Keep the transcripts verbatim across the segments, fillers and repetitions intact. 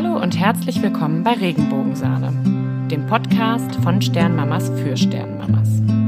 Hallo und herzlich willkommen bei Regenbogensahne, dem Podcast von Sternmamas für Sternmamas.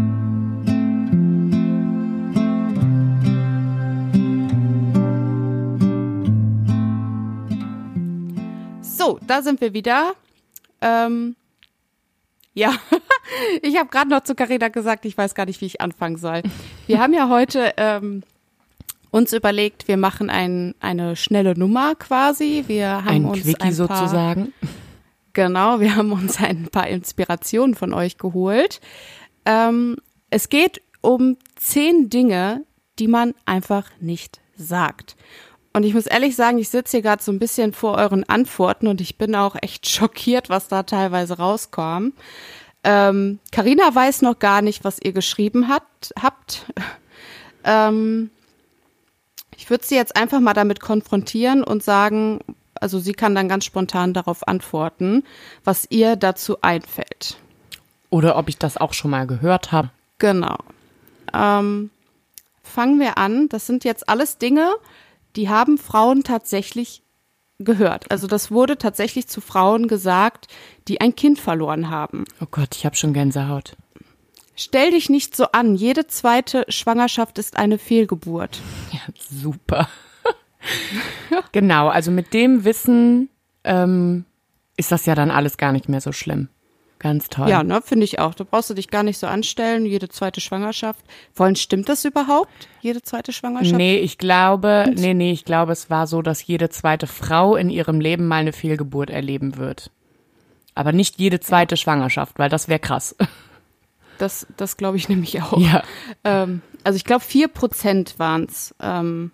So, da sind wir wieder. Ähm, ja, ich habe gerade noch zu Carina gesagt, ich weiß gar nicht, wie ich anfangen soll. Wir haben ja heute ähm, uns überlegt, wir machen ein, eine schnelle Nummer quasi. Wir haben ein uns Quickie ein paar, sozusagen. Genau, wir haben uns ein paar Inspirationen von euch geholt. Ähm, es geht um zehn Dinge, die man einfach nicht sagt. Und ich muss ehrlich sagen, ich sitze hier gerade so ein bisschen vor euren Antworten und ich bin auch echt schockiert, was da teilweise rauskam. Ähm, Carina weiß noch gar nicht, was ihr geschrieben hat, habt. ähm, ich würde sie jetzt einfach mal damit konfrontieren und sagen, also sie kann dann ganz spontan darauf antworten, was ihr dazu einfällt. Oder ob ich das auch schon mal gehört habe. Genau. Ähm, fangen wir an. Das sind jetzt alles Dinge, die haben Frauen tatsächlich gehört. Also das wurde tatsächlich zu Frauen gesagt, die ein Kind verloren haben. Oh Gott, ich habe schon Gänsehaut. Stell dich nicht so an, jede zweite Schwangerschaft ist eine Fehlgeburt. Ja, super. Genau, also mit dem Wissen ähm, ist das ja dann alles gar nicht mehr so schlimm. Ganz toll. Ja, ne, finde ich auch. Da brauchst du dich gar nicht so anstellen, jede zweite Schwangerschaft. Vor allem, stimmt das überhaupt, jede zweite Schwangerschaft? Nee, ich glaube, nee, nee, ich glaube, es war so, dass jede zweite Frau in ihrem Leben mal eine Fehlgeburt erleben wird. Aber nicht jede zweite ja. Schwangerschaft, weil das wäre krass. Das, das glaube ich nämlich auch. Ja. Ähm, also ich glaube, vier Prozent waren es. Ähm,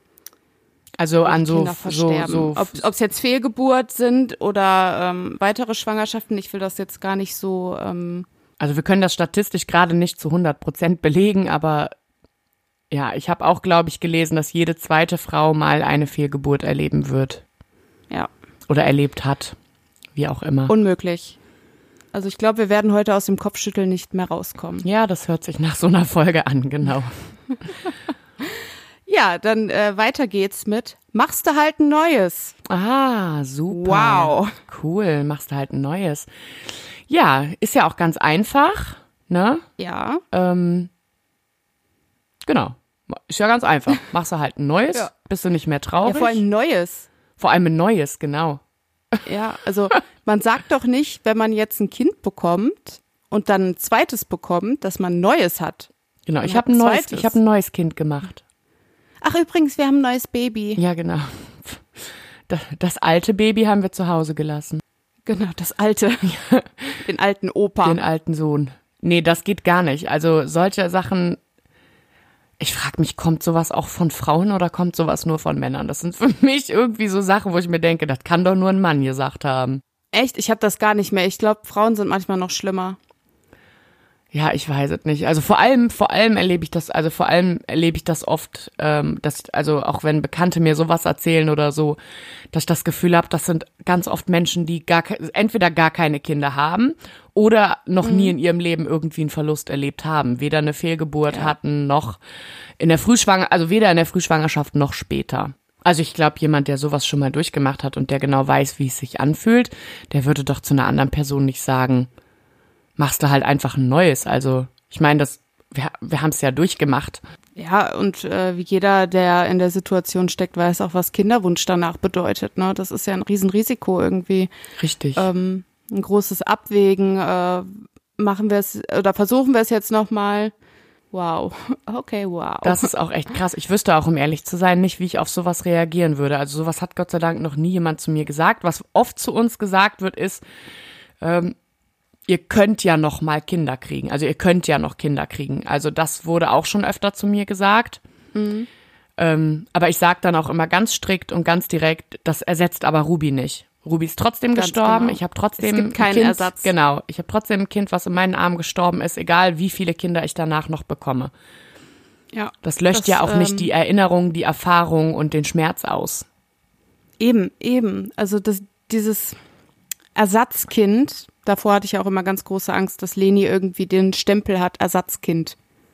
also an so, so, so. Ob es jetzt Fehlgeburt sind oder ähm, weitere Schwangerschaften, ich will das jetzt gar nicht so. Ähm Also wir können das statistisch gerade nicht zu hundert Prozent belegen, aber ja, ich habe auch, glaube ich, gelesen, dass jede zweite Frau mal eine Fehlgeburt erleben wird. Ja. Oder erlebt hat, wie auch immer. Unmöglich. Also ich glaube, wir werden heute aus dem Kopfschütteln nicht mehr rauskommen. Ja, das hört sich nach so einer Folge an, genau. Ja, dann äh, weiter geht's mit machst du halt ein Neues. Ah, super. Wow. Cool, machst du halt ein Neues. Ja, ist ja auch ganz einfach, ne? Ja. Ähm, genau, ist ja ganz einfach. Machst du halt ein Neues, ja. Bist du nicht mehr traurig. Ja, vor allem ein Neues. Vor allem ein Neues, genau. Ja, also man sagt doch nicht, wenn man jetzt ein Kind bekommt und dann ein zweites bekommt, dass man ein Neues hat. Genau, ich habe ein neues, ich habe ein neues Kind gemacht. Ach übrigens, wir haben ein neues Baby. Ja, genau. Das, das alte Baby haben wir zu Hause gelassen. Genau, das alte. Den alten Opa. Den alten Sohn. Nee, das geht gar nicht. Also solche Sachen, ich frage mich, kommt sowas auch von Frauen oder kommt sowas nur von Männern? Das sind für mich irgendwie so Sachen, wo ich mir denke, das kann doch nur ein Mann gesagt haben. Echt? Ich habe das gar nicht mehr. Ich glaube, Frauen sind manchmal noch schlimmer. Ja, ich weiß es nicht. Also vor allem, vor allem erlebe ich das, also vor allem erlebe ich das oft, ähm, dass, also auch wenn Bekannte mir sowas erzählen oder so, dass ich das Gefühl habe, das sind ganz oft Menschen, die gar entweder gar keine Kinder haben oder noch mhm. nie in ihrem Leben irgendwie einen Verlust erlebt haben. Weder eine Fehlgeburt ja. hatten noch in der Frühschwanger, also weder in der Frühschwangerschaft noch später. Also ich glaube, jemand, der sowas schon mal durchgemacht hat und der genau weiß, wie es sich anfühlt, der würde doch zu einer anderen Person nicht sagen, machst du halt einfach ein Neues. Also ich meine, das wir, wir haben es ja durchgemacht. Ja, und äh, wie jeder, der in der Situation steckt, weiß auch, was Kinderwunsch danach bedeutet. Ne? Das ist ja ein Riesenrisiko irgendwie. Richtig. Ähm, ein großes Abwägen. Äh, machen wir es oder versuchen wir es jetzt nochmal. Wow. Okay, wow. Das ist auch echt krass. Ich wüsste auch, um ehrlich zu sein, nicht, wie ich auf sowas reagieren würde. Also sowas hat Gott sei Dank noch nie jemand zu mir gesagt. Was oft zu uns gesagt wird, ist, ähm, ihr könnt ja noch mal Kinder kriegen. Also ihr könnt ja noch Kinder kriegen. Also das wurde auch schon öfter zu mir gesagt. Mhm. Ähm, aber ich sage dann auch immer ganz strikt und ganz direkt, das ersetzt aber Ruby nicht. Ruby ist trotzdem ganz gestorben. Genau. Ich habe trotzdem es gibt keinen ein Kind, Ersatz. Genau, ich habe trotzdem ein Kind, was in meinen Armen gestorben ist, egal wie viele Kinder ich danach noch bekomme. Ja. Das löscht das, ja auch ähm, nicht die Erinnerung, die Erfahrung und den Schmerz aus. Eben, eben. Also das, dieses Ersatzkind, davor hatte ich auch immer ganz große Angst, dass Leni irgendwie den Stempel hat, Ersatzkind.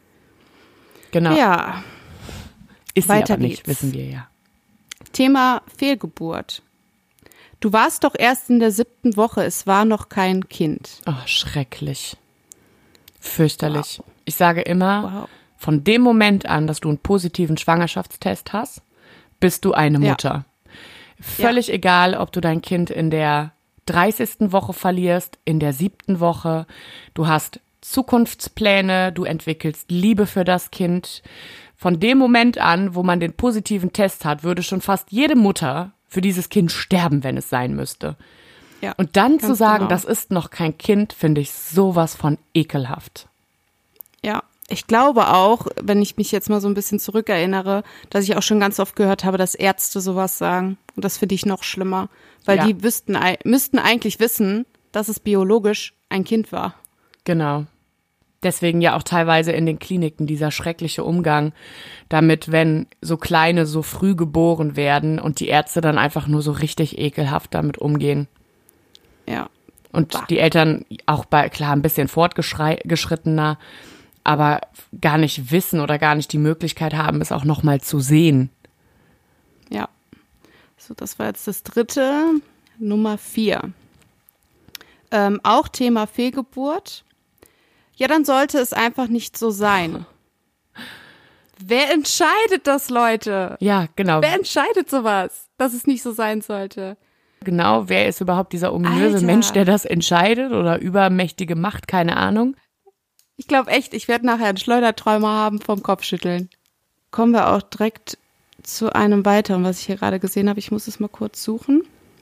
Genau. Ja. Ist Weiter sie aber nicht, geht's. wissen wir ja. Thema Fehlgeburt. Du warst doch erst in der siebten Woche, es war noch kein Kind. Oh, schrecklich. Fürchterlich. Wow. Ich sage immer, Wow. von dem Moment an, dass du einen positiven Schwangerschaftstest hast, bist du eine Mutter. Ja. Völlig ja. egal, ob du dein Kind in der dreißigsten Woche verlierst, in der siebten Woche. Du hast Zukunftspläne, du entwickelst Liebe für das Kind. Von dem Moment an, wo man den positiven Test hat, würde schon fast jede Mutter für dieses Kind sterben, wenn es sein müsste. Ja, und dann zu sagen, genau. das ist noch kein Kind, finde ich sowas von ekelhaft. Ja, ich glaube auch, wenn ich mich jetzt mal so ein bisschen zurückerinnere, dass ich auch schon ganz oft gehört habe, dass Ärzte sowas sagen. Und das finde ich noch schlimmer, weil ja. die wüssten, müssten eigentlich wissen, dass es biologisch ein Kind war. Genau. Deswegen ja auch teilweise in den Kliniken dieser schreckliche Umgang damit, wenn so Kleine so früh geboren werden und die Ärzte dann einfach nur so richtig ekelhaft damit umgehen. Ja. Und bah. die Eltern auch bei, klar, ein bisschen fortgeschrittener, aber gar nicht wissen oder gar nicht die Möglichkeit haben, es auch nochmal zu sehen. Ja. So, das war jetzt das dritte. Nummer vier. Ähm, auch Thema Fehlgeburt. Ja, dann sollte es einfach nicht so sein. Wer entscheidet das, Leute? Ja, genau. Wer entscheidet sowas, dass es nicht so sein sollte? Genau, wer ist überhaupt dieser ominöse Alter. Mensch, der das entscheidet oder übermächtige Macht, keine Ahnung. Ich glaube echt, ich werde nachher einen Schleuderträumer haben vom Kopfschütteln. Kommen wir auch direkt zu einem weiteren, was ich hier gerade gesehen habe. Ich muss es mal kurz suchen.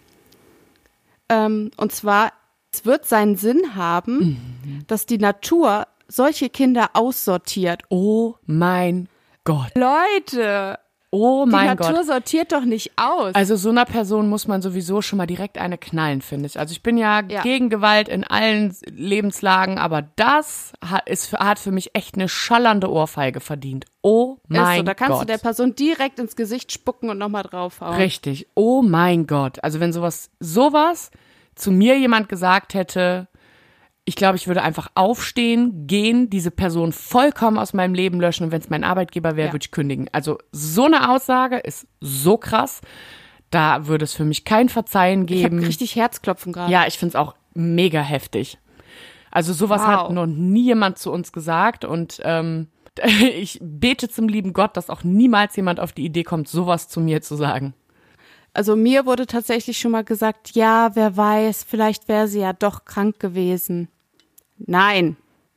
Ähm, und zwar, es wird seinen Sinn haben, mhm. dass die Natur solche Kinder aussortiert. Oh mein Gott. Leute, oh mein die Natur Gott. sortiert doch nicht aus. Also so einer Person muss man sowieso schon mal direkt eine knallen, finde ich. Also ich bin ja, ja. gegen Gewalt in allen Lebenslagen, aber das hat, ist, hat für mich echt eine schallernde Ohrfeige verdient. Oh mein so, da kannst Gott. du der Person direkt ins Gesicht spucken und nochmal draufhauen. Richtig. Oh mein Gott. Also wenn sowas, sowas zu mir jemand gesagt hätte, ich glaube, ich würde einfach aufstehen, gehen, diese Person vollkommen aus meinem Leben löschen und wenn es mein Arbeitgeber wäre, ja. würde ich kündigen. Also so eine Aussage ist so krass, da würde es für mich kein Verzeihen geben. Ich habe richtig Herzklopfen gerade. Ja, ich finde es auch mega heftig. Also sowas wow. hat noch nie jemand zu uns gesagt und ähm, ich bete zum lieben Gott, dass auch niemals jemand auf die Idee kommt, sowas zu mir zu sagen. Also mir wurde tatsächlich schon mal gesagt, ja, wer weiß, vielleicht wäre sie ja doch krank gewesen. Nein,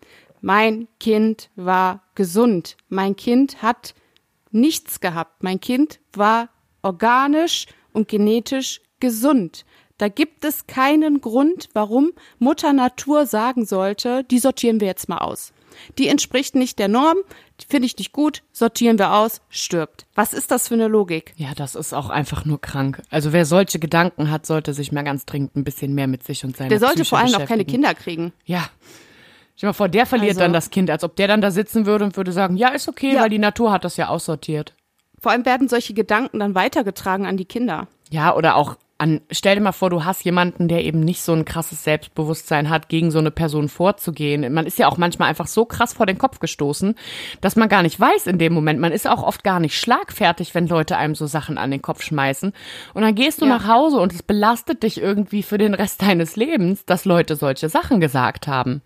mein Kind war gesund. Mein Kind hat nichts gehabt. Mein Kind war organisch und genetisch gesund. Da gibt es keinen Grund, warum Mutter Natur sagen sollte, die sortieren wir jetzt mal aus. Die entspricht nicht der Norm, die finde ich nicht gut, sortieren wir aus, stirbt. Was ist das für eine Logik? Ja, das ist auch einfach nur krank. Also wer solche Gedanken hat, sollte sich mal ganz dringend ein bisschen mehr mit sich und seiner Der sollte Psyche vor allem auch keine beschäftigen. Kinder kriegen. Ja. Stell dir mal vor, der verliert Also, dann das Kind, als ob der dann da sitzen würde und würde sagen, ja, ist okay, ja. weil die Natur hat das ja aussortiert. Vor allem werden solche Gedanken dann weitergetragen an die Kinder. Ja, oder auch an, stell dir mal vor, du hast jemanden, der eben nicht so ein krasses Selbstbewusstsein hat, gegen so eine Person vorzugehen. Man ist ja auch manchmal einfach so krass vor den Kopf gestoßen, dass man gar nicht weiß in dem Moment. Man ist auch oft gar nicht schlagfertig, wenn Leute einem so Sachen an den Kopf schmeißen. Und dann gehst du Ja. nach Hause und es belastet dich irgendwie für den Rest deines Lebens, dass Leute solche Sachen gesagt haben.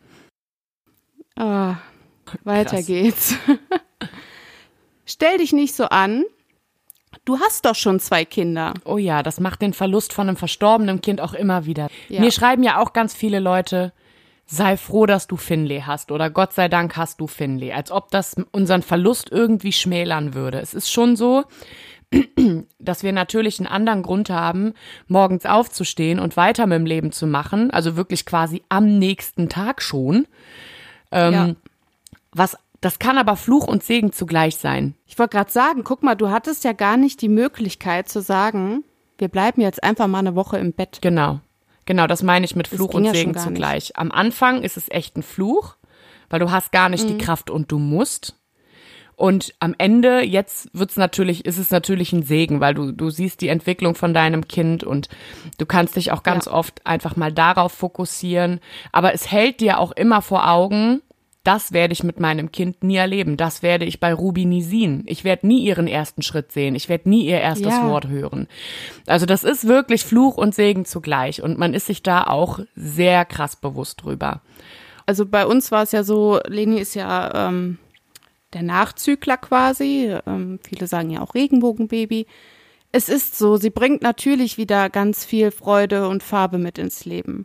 Ah, weiter Krass. geht's. Stell dich nicht so an. Du hast doch schon zwei Kinder. Oh ja, das macht den Verlust von einem verstorbenen Kind auch immer wieder. Ja. Mir schreiben ja auch ganz viele Leute, sei froh, dass du Finlay hast oder Gott sei Dank hast du Finlay, als ob das unseren Verlust irgendwie schmälern würde. Es ist schon so, dass wir natürlich einen anderen Grund haben, morgens aufzustehen und weiter mit dem Leben zu machen, also wirklich quasi am nächsten Tag schon. Ähm, Ja. Was Das kann aber Fluch und Segen zugleich sein. Ich wollte gerade sagen, guck mal, du hattest ja gar nicht die Möglichkeit zu sagen, wir bleiben jetzt einfach mal eine Woche im Bett. Genau. Genau, das meine ich mit Das Fluch ging und ja Segen schon gar zugleich. Am Anfang ist es echt ein Fluch, weil du hast gar nicht die Kraft und du musst. Und am Ende, jetzt wird's natürlich, ist es natürlich ein Segen, weil du, du siehst die Entwicklung von deinem Kind und du kannst dich auch ganz Ja. oft einfach mal darauf fokussieren. Aber es hält dir auch immer vor Augen, das werde ich mit meinem Kind nie erleben. Das werde ich bei Ruby nie sehen. Ich werde nie ihren ersten Schritt sehen. Ich werde nie ihr erstes Ja. Wort hören. Also das ist wirklich Fluch und Segen zugleich. Und man ist sich da auch sehr krass bewusst drüber. Also bei uns war es ja so, Leni ist ja ähm, der Nachzügler quasi. Ähm, viele sagen ja auch Regenbogenbaby. Es ist so, sie bringt natürlich wieder ganz viel Freude und Farbe mit ins Leben.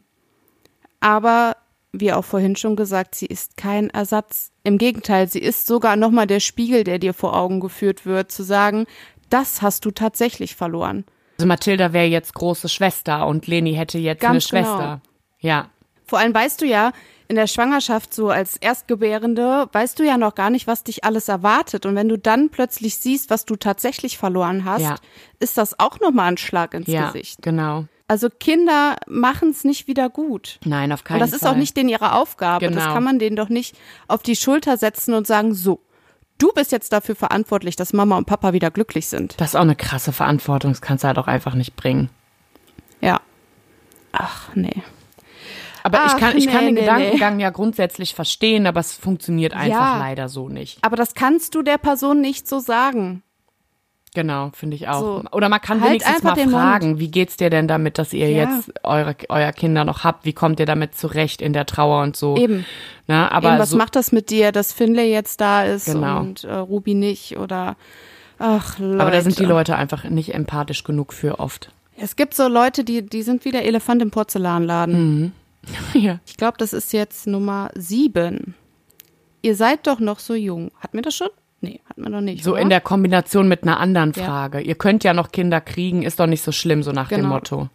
Aber wie auch vorhin schon gesagt, sie ist kein Ersatz. Im Gegenteil, sie ist sogar nochmal der Spiegel, der dir vor Augen geführt wird, zu sagen, das hast du tatsächlich verloren. Also Mathilda wäre jetzt große Schwester und Leni hätte jetzt Ganz eine Schwester. genau. Ja. Vor allem weißt du ja, in der Schwangerschaft so als Erstgebärende, weißt du ja noch gar nicht, was dich alles erwartet. Und wenn du dann plötzlich siehst, was du tatsächlich verloren hast, Ja. ist das auch nochmal ein Schlag ins Ja, Gesicht. genau. Also Kinder machen es nicht wieder gut. Nein, auf keinen Und Fall. das ist auch nicht denen ihre Aufgabe. Genau. Das kann man denen doch nicht auf die Schulter setzen und sagen, so, du bist jetzt dafür verantwortlich, dass Mama und Papa wieder glücklich sind. Das ist auch eine krasse Verantwortung. Das kannst du halt auch einfach nicht bringen. Ja. Ach, nee. Aber Ach, ich kann, ich kann nee, den nee, Gedankengang ja grundsätzlich verstehen, aber es funktioniert einfach Ja. leider so nicht. Aber das kannst du der Person nicht so sagen. Genau, finde ich auch. So, Oder man kann halt wenigstens einfach mal den Mund. fragen, wie geht's dir denn damit, dass ihr Ja. jetzt eure, euer Kinder noch habt? Wie kommt ihr damit zurecht in der Trauer und so? Eben. Na, aber Eben, was so, macht das mit dir, dass Finlay jetzt da ist Genau. und äh, Ruby nicht oder ach Leute. aber da sind die Leute einfach nicht empathisch genug für oft. Es gibt so Leute, die, die sind wie der Elefant im Porzellanladen. Mhm. Ja. Ich glaube, das ist jetzt Nummer sieben. Ihr seid doch noch so jung. Hatten wir das schon? Nee, hatten wir noch nicht. So oder? in der Kombination mit einer anderen Ja. Frage. Ihr könnt ja noch Kinder kriegen, ist doch nicht so schlimm, so nach dem Genau. Motto.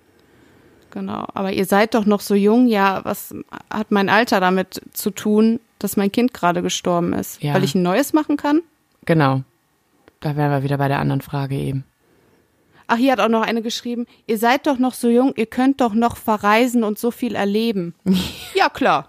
Genau, aber ihr seid doch noch so jung. Ja, was hat mein Alter damit zu tun, dass mein Kind gerade gestorben ist? Ja. Weil ich ein neues machen kann? Genau. Da wären wir wieder bei der anderen Frage eben. Ach, hier hat auch noch eine geschrieben, ihr seid doch noch so jung, ihr könnt doch noch verreisen und so viel erleben. Ja, klar.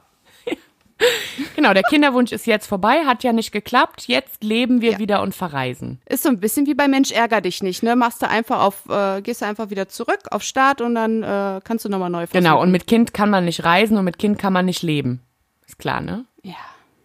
Genau, der Kinderwunsch ist jetzt vorbei, hat ja nicht geklappt. Jetzt leben wir Ja. wieder und verreisen. Ist so ein bisschen wie bei Mensch ärger dich nicht, ne? Machst du einfach auf, äh, gehst du einfach wieder zurück auf Start und dann äh, kannst du nochmal neu versuchen. Genau, und mit Kind kann man nicht reisen und mit Kind kann man nicht leben. Ist klar, ne? Ja.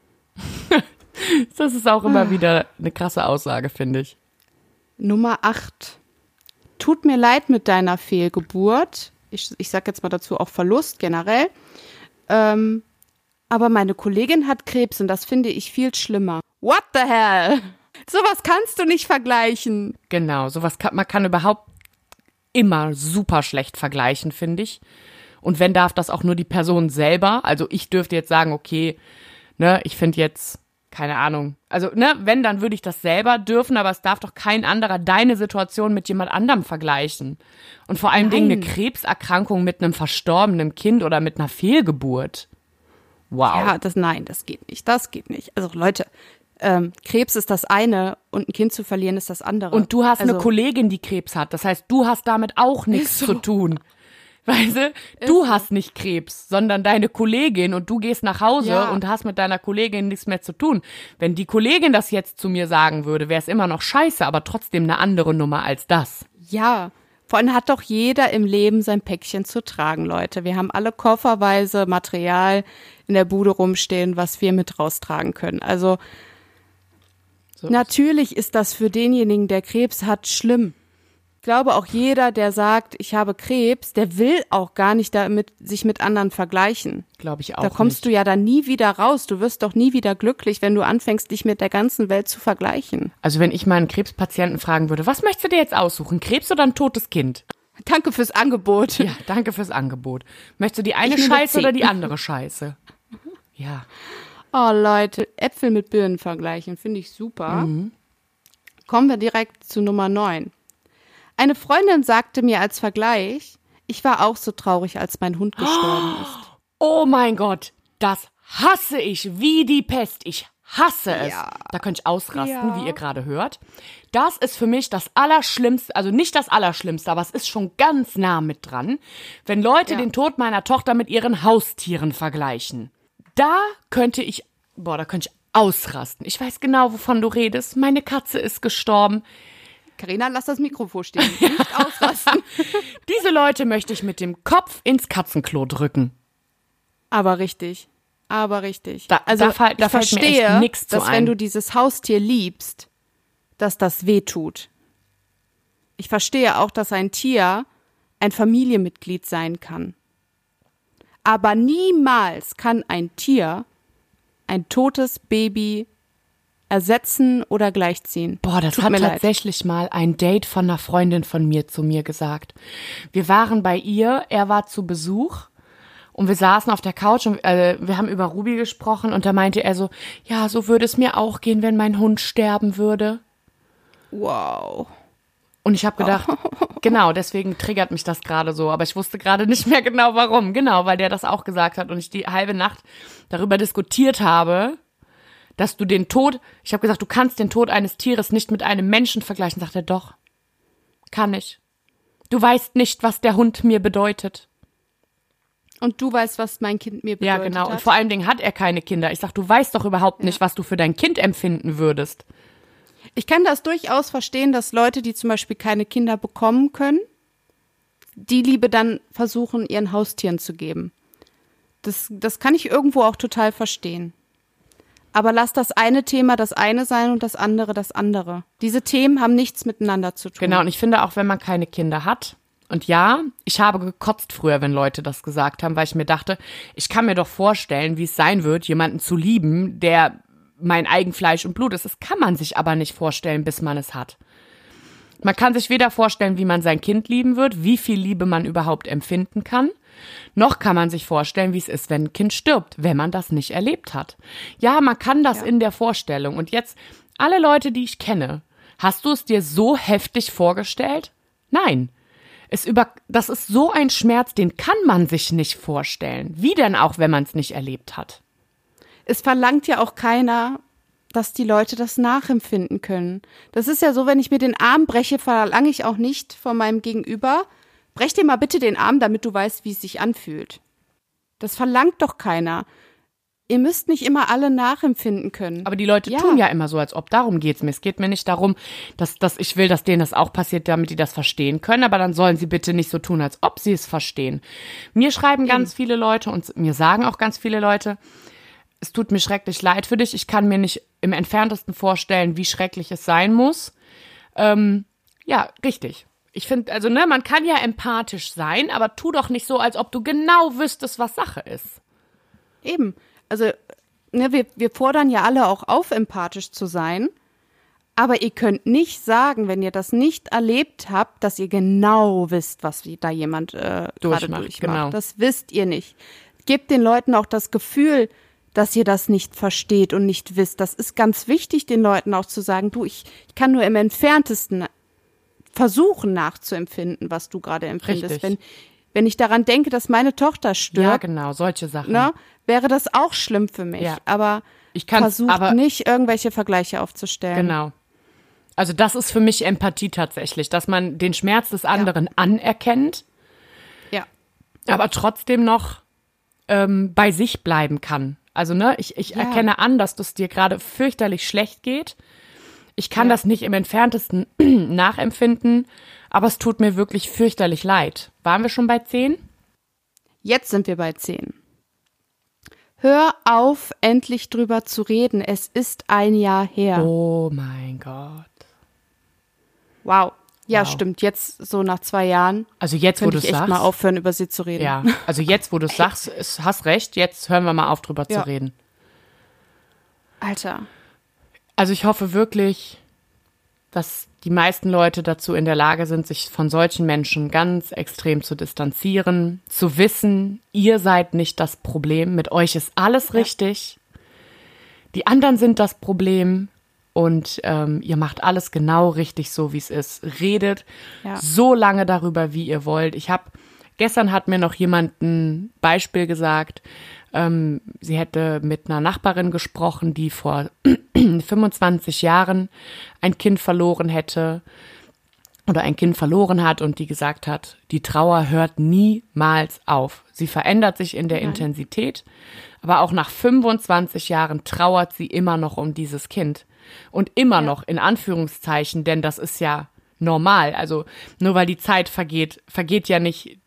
Das ist auch immer wieder eine krasse Aussage, finde ich. Nummer acht. Tut mir leid mit deiner Fehlgeburt. Ich, ich sag jetzt mal dazu auch Verlust generell. Ähm, aber meine Kollegin hat Krebs und das finde ich viel schlimmer. What the hell? Sowas kannst du nicht vergleichen. Genau, sowas kann man kann überhaupt immer super schlecht vergleichen, finde ich. Und wenn darf das auch nur die Person selber. Also ich dürfte jetzt sagen, okay, ne, ich finde jetzt, keine Ahnung. Also, ne, wenn, dann würde ich das selber dürfen, aber es darf doch kein anderer deine Situation mit jemand anderem vergleichen. Und vor allen Dingen eine Nein. Krebserkrankung mit einem verstorbenen Kind oder mit einer Fehlgeburt. Wow. Ja, das, nein, das geht nicht. Das geht nicht. Also Leute, ähm, Krebs ist das eine und ein Kind zu verlieren ist das andere. Und du hast also, eine Kollegin, die Krebs hat. Das heißt, du hast damit auch nichts Ist so. zu tun. Weißt du, du hast nicht Krebs, sondern deine Kollegin und du gehst nach Hause Ja. und hast mit deiner Kollegin nichts mehr zu tun. Wenn die Kollegin das jetzt zu mir sagen würde, wäre es immer noch scheiße, aber trotzdem eine andere Nummer als das. Ja, vor allem hat doch jeder im Leben sein Päckchen zu tragen, Leute. Wir haben alle kofferweise Material in der Bude rumstehen, was wir mit raustragen können. Also So. natürlich ist das für denjenigen, der Krebs hat, schlimm. Ich glaube auch jeder, der sagt, ich habe Krebs, der will auch gar nicht damit sich mit anderen vergleichen. Glaube ich auch Da kommst nicht. du ja dann nie wieder raus. Du wirst doch nie wieder glücklich, wenn du anfängst, dich mit der ganzen Welt zu vergleichen. Also wenn ich meinen Krebspatienten fragen würde, was möchtest du dir jetzt aussuchen, Krebs oder ein totes Kind? Danke fürs Angebot. Ja, danke fürs Angebot. Möchtest du die eine Ich nehme Scheiße C. oder die andere Scheiße? Ja. Oh Leute, Äpfel mit Birnen vergleichen, finde ich super. Kommen wir direkt zu Nummer neun. Eine Freundin sagte mir als Vergleich, ich war auch so traurig, als mein Hund gestorben ist. Oh mein Gott, das hasse ich wie die Pest. Ich hasse es. Ja. Da könnte ich ausrasten, Ja. wie ihr gerade hört. Das ist für mich das Allerschlimmste, also nicht das Allerschlimmste, aber es ist schon ganz nah mit dran, wenn Leute Ja. den Tod meiner Tochter mit ihren Haustieren vergleichen. Da könnte ich, boah, da könnte ich ausrasten. Ich weiß genau, wovon du redest. Meine Katze ist gestorben. Carina, lass das Mikrofon stehen. Nicht ausrasten. Diese Leute möchte ich mit dem Kopf ins Katzenklo drücken. Aber richtig. aber richtig. Da, also da, fall, da ich fällt verstehe, mir echt nichts zu dass ein. wenn du dieses Haustier liebst, dass das weh tut. Ich verstehe auch, dass ein Tier ein Familienmitglied sein kann. Aber niemals kann ein Tier ein totes Baby ersetzen oder gleichziehen. Boah, das Tut hat mir leid. tatsächlich mal ein Date von einer Freundin von mir zu mir gesagt. Wir waren bei ihr, er war zu Besuch und wir saßen auf der Couch und äh, wir haben über Ruby gesprochen und da meinte er so, ja, so würde es mir auch gehen, wenn mein Hund sterben würde. Wow. Und ich habe gedacht, genau, deswegen triggert mich das gerade so, aber ich wusste gerade nicht mehr genau warum. Genau, weil der das auch gesagt hat und ich die halbe Nacht darüber diskutiert habe, dass du den Tod, ich habe gesagt, du kannst den Tod eines Tieres nicht mit einem Menschen vergleichen. Sagt er, doch, kann ich. Du weißt nicht, was der Hund mir bedeutet. Und du weißt, was mein Kind mir bedeutet Ja, genau. hat. Und vor allen Dingen hat er keine Kinder. Ich sag, du weißt doch überhaupt nicht, Ja. was du für dein Kind empfinden würdest. Ich kann das durchaus verstehen, dass Leute, die zum Beispiel keine Kinder bekommen können, die Liebe dann versuchen, ihren Haustieren zu geben. Das, das kann ich irgendwo auch total verstehen. Aber lass das eine Thema das eine sein und das andere das andere. Diese Themen haben nichts miteinander zu tun. Genau, und ich finde auch, wenn man keine Kinder hat, und ja, ich habe gekotzt früher, wenn Leute das gesagt haben, weil ich mir dachte, ich kann mir doch vorstellen, wie es sein wird, jemanden zu lieben, der mein Eigenfleisch und Blut ist. Das kann man sich aber nicht vorstellen, bis man es hat. Man kann sich weder vorstellen, wie man sein Kind lieben wird, wie viel Liebe man überhaupt empfinden kann, noch kann man sich vorstellen, wie es ist, wenn ein Kind stirbt, wenn man das nicht erlebt hat. Ja, man kann das Ja. in der Vorstellung. Und jetzt, alle Leute, die ich kenne, hast du es dir so heftig vorgestellt? Nein. Es über, das ist so ein Schmerz, den kann man sich nicht vorstellen. Wie denn auch, wenn man es nicht erlebt hat? Es verlangt ja auch keiner, dass die Leute das nachempfinden können. Das ist ja so, wenn ich mir den Arm breche, verlange ich auch nicht von meinem Gegenüber, brech dir mal bitte den Arm, damit du weißt, wie es sich anfühlt. Das verlangt doch keiner. Ihr müsst nicht immer alle nachempfinden können. Aber die Leute Ja. tun ja immer so, als ob. Darum geht's mir. Es geht mir nicht darum, dass, dass ich will, dass denen das auch passiert, damit die das verstehen können. Aber dann sollen sie bitte nicht so tun, als ob sie es verstehen. Mir schreiben ganz viele Leute und mir sagen auch ganz viele Leute, es tut mir schrecklich leid für dich. Ich kann mir nicht im Entferntesten vorstellen, wie schrecklich es sein muss. Ähm, ja, richtig. Ich finde, also, ne, man kann ja empathisch sein, aber tu doch nicht so, als ob du genau wüsstest, was Sache ist. Eben. Also, ne, wir, wir fordern ja alle auch auf, empathisch zu sein. Aber ihr könnt nicht sagen, wenn ihr das nicht erlebt habt, dass ihr genau wisst, was da jemand äh, gerade Durchmacht, durchmacht. genau. Das wisst ihr nicht. Gebt den Leuten auch das Gefühl, dass ihr das nicht versteht und nicht wisst. Das ist ganz wichtig, den Leuten auch zu sagen, du, ich, ich kann nur im Entferntesten versuchen nachzuempfinden, was du gerade empfindest. Richtig. Wenn, wenn ich daran denke, dass meine Tochter stirbt, Ja, genau, solche Sachen. ne, wäre das auch schlimm für mich. Ja. Aber Ich kann's, versucht aber nicht, irgendwelche Vergleiche aufzustellen. Genau. Also das ist für mich Empathie tatsächlich, dass man den Schmerz des anderen anerkennt, Ja. aber trotzdem noch ähm, bei sich bleiben kann. Also ne, ich, ich Ja. erkenne an, dass es dir gerade fürchterlich schlecht geht. Ich kann Ja. das nicht im Entferntesten nachempfinden, aber es tut mir wirklich fürchterlich leid. Waren wir schon bei zehn? Jetzt sind wir bei zehn. Hör auf, endlich drüber zu reden. Es ist ein Jahr her. Oh mein Gott. Wow. Ja, Wow. stimmt. Jetzt, so nach zwei Jahren, Also jetzt, wo könnte du ich echt sagst. mal aufhören, über sie zu reden. Ja, also jetzt, wo du sagst, es, hast recht, jetzt hören wir mal auf, drüber Ja. zu reden. Alter. Also ich hoffe wirklich, dass die meisten Leute dazu in der Lage sind, sich von solchen Menschen ganz extrem zu distanzieren, zu wissen, ihr seid nicht das Problem, mit euch ist alles richtig, die anderen sind das Problem und ähm, ihr macht alles genau richtig so, wie es ist. Redet Ja. so lange darüber, wie ihr wollt. Ich habe, gestern hat mir noch jemand ein Beispiel gesagt, ähm, sie hätte mit einer Nachbarin gesprochen, die vor fünfundzwanzig Jahren ein Kind verloren hätte oder ein Kind verloren hat und die gesagt hat, die Trauer hört niemals auf. Sie verändert sich in der Nein. Intensität, aber auch nach fünfundzwanzig Jahren trauert sie immer noch um dieses Kind. Und immer Ja. noch in Anführungszeichen, denn das ist ja normal. Also nur weil die Zeit vergeht, vergeht ja nicht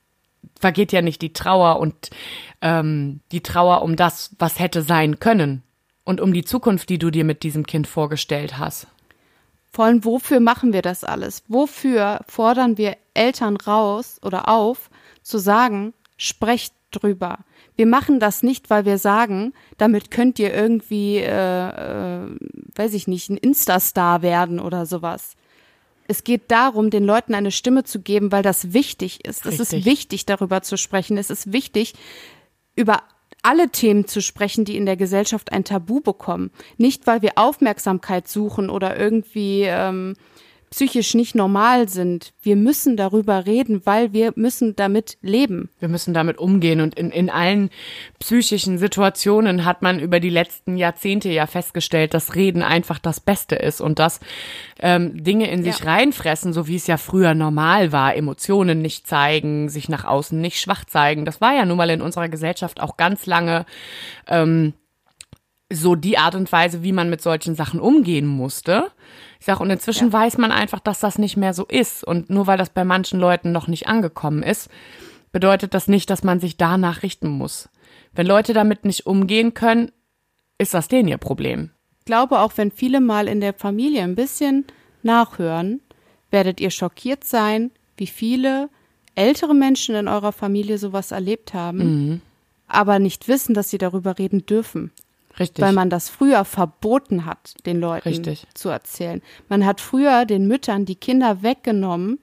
vergeht ja nicht die Trauer und ähm, die Trauer um das, was hätte sein können und um die Zukunft, die du dir mit diesem Kind vorgestellt hast. Vor allem, wofür machen wir das alles? Wofür fordern wir Eltern raus oder auf, zu sagen, sprecht drüber. Wir machen das nicht, weil wir sagen, damit könnt ihr irgendwie, äh, äh, weiß ich nicht, ein Insta-Star werden oder sowas. Es geht darum, den Leuten eine Stimme zu geben, weil das wichtig ist. Richtig. Es ist wichtig, darüber zu sprechen. Es ist wichtig, über alle Themen zu sprechen, die in der Gesellschaft ein Tabu bekommen. Nicht, weil wir Aufmerksamkeit suchen oder irgendwie ähm, psychisch nicht normal sind. Wir müssen darüber reden, weil wir müssen damit leben. Wir müssen damit umgehen und in, in allen psychischen Situationen hat man über die letzten Jahrzehnte ja festgestellt, dass Reden einfach das Beste ist und dass ähm, Dinge in sich ja. reinfressen, so wie es ja früher normal war, Emotionen nicht zeigen, sich nach außen nicht schwach zeigen. Das war ja nun mal in unserer Gesellschaft auch ganz lange ähm, so die Art und Weise, wie man mit solchen Sachen umgehen musste. Ich sag, und inzwischen ja. weiß man einfach, dass das nicht mehr so ist. Und nur weil das bei manchen Leuten noch nicht angekommen ist, bedeutet das nicht, dass man sich danach richten muss. Wenn Leute damit nicht umgehen können, ist das denen ihr Problem. Ich glaube, auch wenn viele mal in der Familie ein bisschen nachhören, werdet ihr schockiert sein, wie viele ältere Menschen in eurer Familie sowas erlebt haben, mhm. aber nicht wissen, dass sie darüber reden dürfen. Richtig. Weil man das früher verboten hat, den Leuten Richtig. zu erzählen. Man hat früher den Müttern die Kinder weggenommen.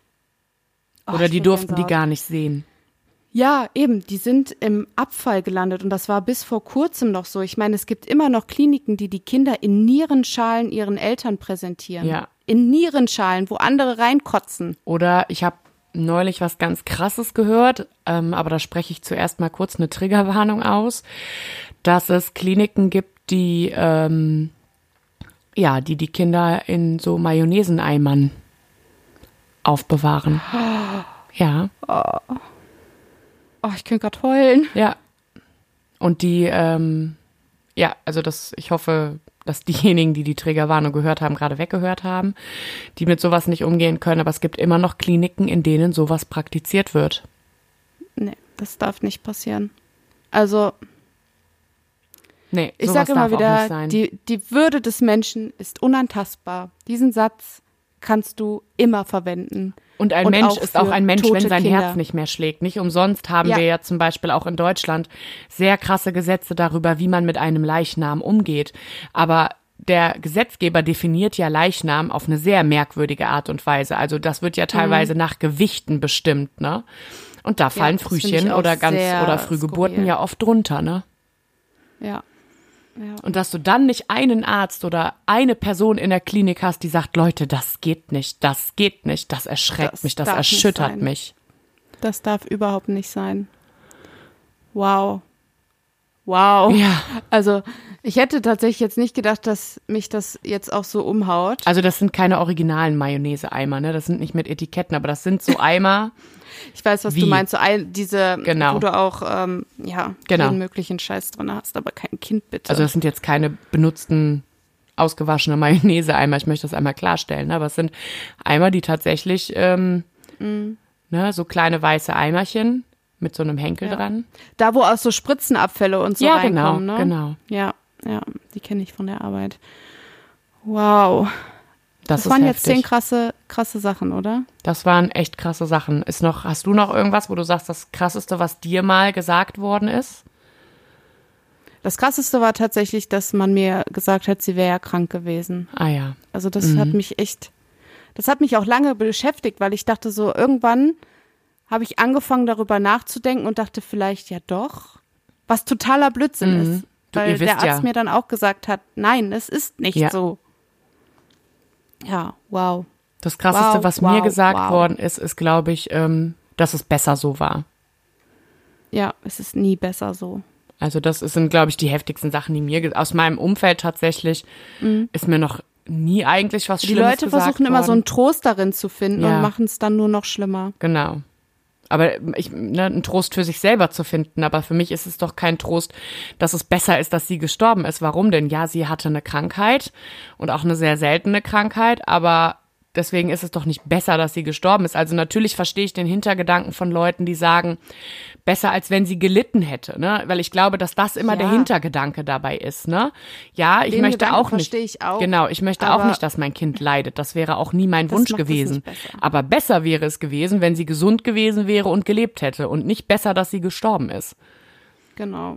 Oh, Oder die durften die gar nicht sehen. Ja, eben, die sind im Abfall gelandet und das war bis vor kurzem noch so. Ich meine, es gibt immer noch Kliniken, die die Kinder in Nierenschalen ihren Eltern präsentieren. Ja. In Nierenschalen, wo andere reinkotzen. Oder ich habe neulich was ganz Krasses gehört, ähm, aber da spreche ich zuerst mal kurz eine Triggerwarnung aus, dass es Kliniken gibt, die ähm, ja, die die Kinder in so Mayonnaiseneimern aufbewahren. Ja. Oh, oh ich könnte gerade heulen. Ja. Und die, ähm, ja, also das, ich hoffe, dass diejenigen, die die Triggerwarnung gehört haben, gerade weggehört haben, die mit sowas nicht umgehen können. Aber es gibt immer noch Kliniken, in denen sowas praktiziert wird. Nee, das darf nicht passieren. Also, nee, ich sage immer wieder, die, die Würde des Menschen ist unantastbar. Diesen Satz kannst du immer verwenden. Und ein Und Mensch auch ist auch ein Mensch, wenn sein Kinder. Herz nicht mehr schlägt. Nicht umsonst haben Ja. wir ja zum Beispiel auch in Deutschland sehr krasse Gesetze darüber, wie man mit einem Leichnam umgeht. Aber der Gesetzgeber definiert ja Leichnam auf eine sehr merkwürdige Art und Weise. Also das wird ja teilweise mhm. nach Gewichten bestimmt, ne? Und da fallen ja, Frühchen oder ganz oder Frühgeburten skurril. ja oft drunter, ne? Ja. Ja. Und dass du dann nicht einen Arzt oder eine Person in der Klinik hast, die sagt, Leute, das geht nicht, das geht nicht, das erschreckt Das mich, das darf erschüttert nicht sein. mich. Das darf überhaupt nicht sein. Wow. Wow. Ja. Also ich hätte tatsächlich jetzt nicht gedacht, dass mich das jetzt auch so umhaut. Also das sind keine originalen Mayonnaise-Eimer, ne? Das sind nicht mit Etiketten, aber das sind so Eimer. Ich weiß, was Wie? du meinst, so ein, diese, Genau. wo du auch ähm, ja, Genau. jeden möglichen Scheiß drin hast, aber kein Kind bitte. Also das sind jetzt keine benutzten, ausgewaschene Mayonnaise-Eimer. Ich möchte das einmal klarstellen, ne? Aber es sind Eimer, die tatsächlich, ähm, mm. ne, so kleine weiße Eimerchen mit so einem Henkel Ja. dran. Da, wo auch so Spritzenabfälle und so Ja, reinkommen, genau, ne? genau. Ja, ja, die kenne ich von der Arbeit. Wow. Das, Das ist waren heftig. jetzt zehn krasse, krasse Sachen, oder? Das waren echt krasse Sachen. Ist noch, hast du noch irgendwas, wo du sagst, das Krasseste, was dir mal gesagt worden ist? Das Krasseste war tatsächlich, dass man mir gesagt hat, sie wäre ja krank gewesen. Ah ja. Also das Mhm. hat mich echt, das hat mich auch lange beschäftigt, weil ich dachte so, irgendwann habe ich angefangen darüber nachzudenken und dachte vielleicht, ja doch, was totaler Blödsinn Mhm. ist. Du, Weil ihr wisst der Arzt ja. mir dann auch gesagt hat, nein, es ist nicht Ja. so. Ja, wow. Das Krasseste, Wow, was wow, mir gesagt wow. worden ist, ist, glaube ich, ähm, dass es besser so war. Ja, es ist nie besser so. Also das sind, glaube ich, die heftigsten Sachen, die mir, ge- aus meinem Umfeld tatsächlich, Mhm. ist mir noch nie eigentlich was Die Schlimmes Leute gesagt versuchen immer so worden. einen Trost darin zu finden Ja. und machen es dann nur noch schlimmer. Genau. Aber ich, ne, einen Trost für sich selber zu finden. Aber für mich ist es doch kein Trost, dass es besser ist, dass sie gestorben ist. Warum denn? Ja, sie hatte eine Krankheit und auch eine sehr seltene Krankheit. Aber deswegen ist es doch nicht besser, dass sie gestorben ist. Also natürlich verstehe ich den Hintergedanken von Leuten, die sagen, besser als wenn sie gelitten hätte, ne? Weil ich glaube, dass das immer Ja. der Hintergedanke dabei ist, ne? Ja, ich Den möchte Gedanken auch nicht. verstehe ich auch, Genau, ich möchte auch aber nicht, dass mein Kind leidet. Das wäre auch nie mein das Wunsch macht es gewesen. nicht besser. Aber besser wäre es gewesen, wenn sie gesund gewesen wäre und gelebt hätte und nicht besser, dass sie gestorben ist. Genau.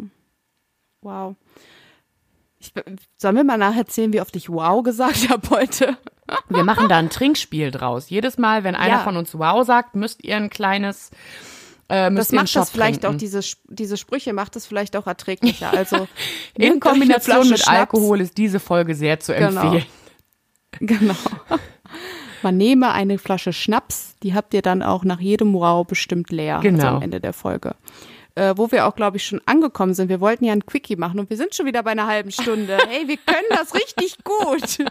Wow. Ich, sollen wir mal nacherzählen, wie oft ich wow gesagt habe heute? Wir machen da ein Trinkspiel draus. Jedes Mal, wenn einer Ja. von uns wow sagt, müsst ihr ein kleines äh, müsst Das ihr einen macht das Shot vielleicht trinken. auch, diese, diese Sprüche macht das vielleicht auch erträglicher. Also In nehmt euch eine Kombination Flasche mit Schnaps. Alkohol ist diese Folge sehr zu Genau. empfehlen. Genau. Man nehme eine Flasche Schnaps, die habt ihr dann auch nach jedem Wow bestimmt leer, Genau. also am Ende der Folge. Äh, wo wir auch, glaube ich, schon angekommen sind. Wir wollten ja ein Quickie machen und wir sind schon wieder bei einer halben Stunde. Hey, wir können das richtig gut.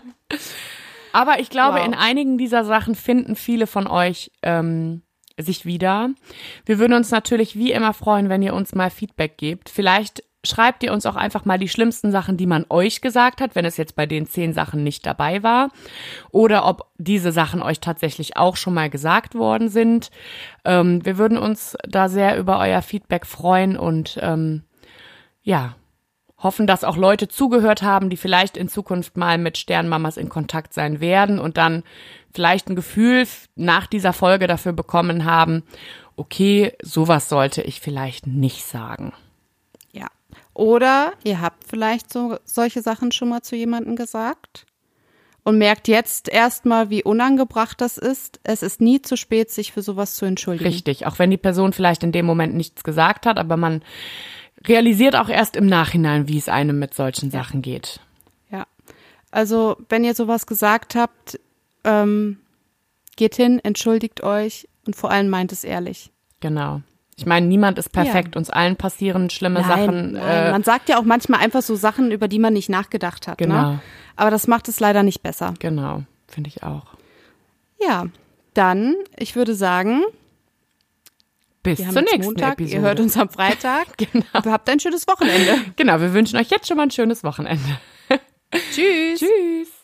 Aber ich glaube, Wow. in einigen dieser Sachen finden viele von euch ähm, sich wieder. Wir würden uns natürlich wie immer freuen, wenn ihr uns mal Feedback gebt. Vielleicht schreibt ihr uns auch einfach mal die schlimmsten Sachen, die man euch gesagt hat, wenn es jetzt bei den zehn Sachen nicht dabei war. Oder ob diese Sachen euch tatsächlich auch schon mal gesagt worden sind. Ähm, wir würden uns da sehr über euer Feedback freuen und ähm, ja, hoffen, dass auch Leute zugehört haben, die vielleicht in Zukunft mal mit Sternmamas in Kontakt sein werden und dann vielleicht ein Gefühl nach dieser Folge dafür bekommen haben, okay, sowas sollte ich vielleicht nicht sagen. Ja. Oder ihr habt vielleicht so solche Sachen schon mal zu jemandem gesagt und merkt jetzt erstmal, wie unangebracht das ist. Es ist nie zu spät, sich für sowas zu entschuldigen. Richtig, auch wenn die Person vielleicht in dem Moment nichts gesagt hat, aber man realisiert auch erst im Nachhinein, wie es einem mit solchen Sachen geht. Ja. Also, wenn ihr sowas gesagt habt, ähm, geht hin, entschuldigt euch und vor allem meint es ehrlich. Genau. Ich meine, niemand ist perfekt. Ja. Uns allen passieren schlimme Nein, Sachen. nein. Äh, Man sagt ja auch manchmal einfach so Sachen, über die man nicht nachgedacht hat. Genau. Ne? Aber das macht es leider nicht besser. Genau, finde ich auch. Ja, dann, ich würde sagen, Bis wir zur haben jetzt nächsten Montag, Episode. ihr hört uns am Freitag. Genau. Habt ein schönes Wochenende. Genau, wir wünschen euch jetzt schon mal ein schönes Wochenende. Tschüss. Tschüss.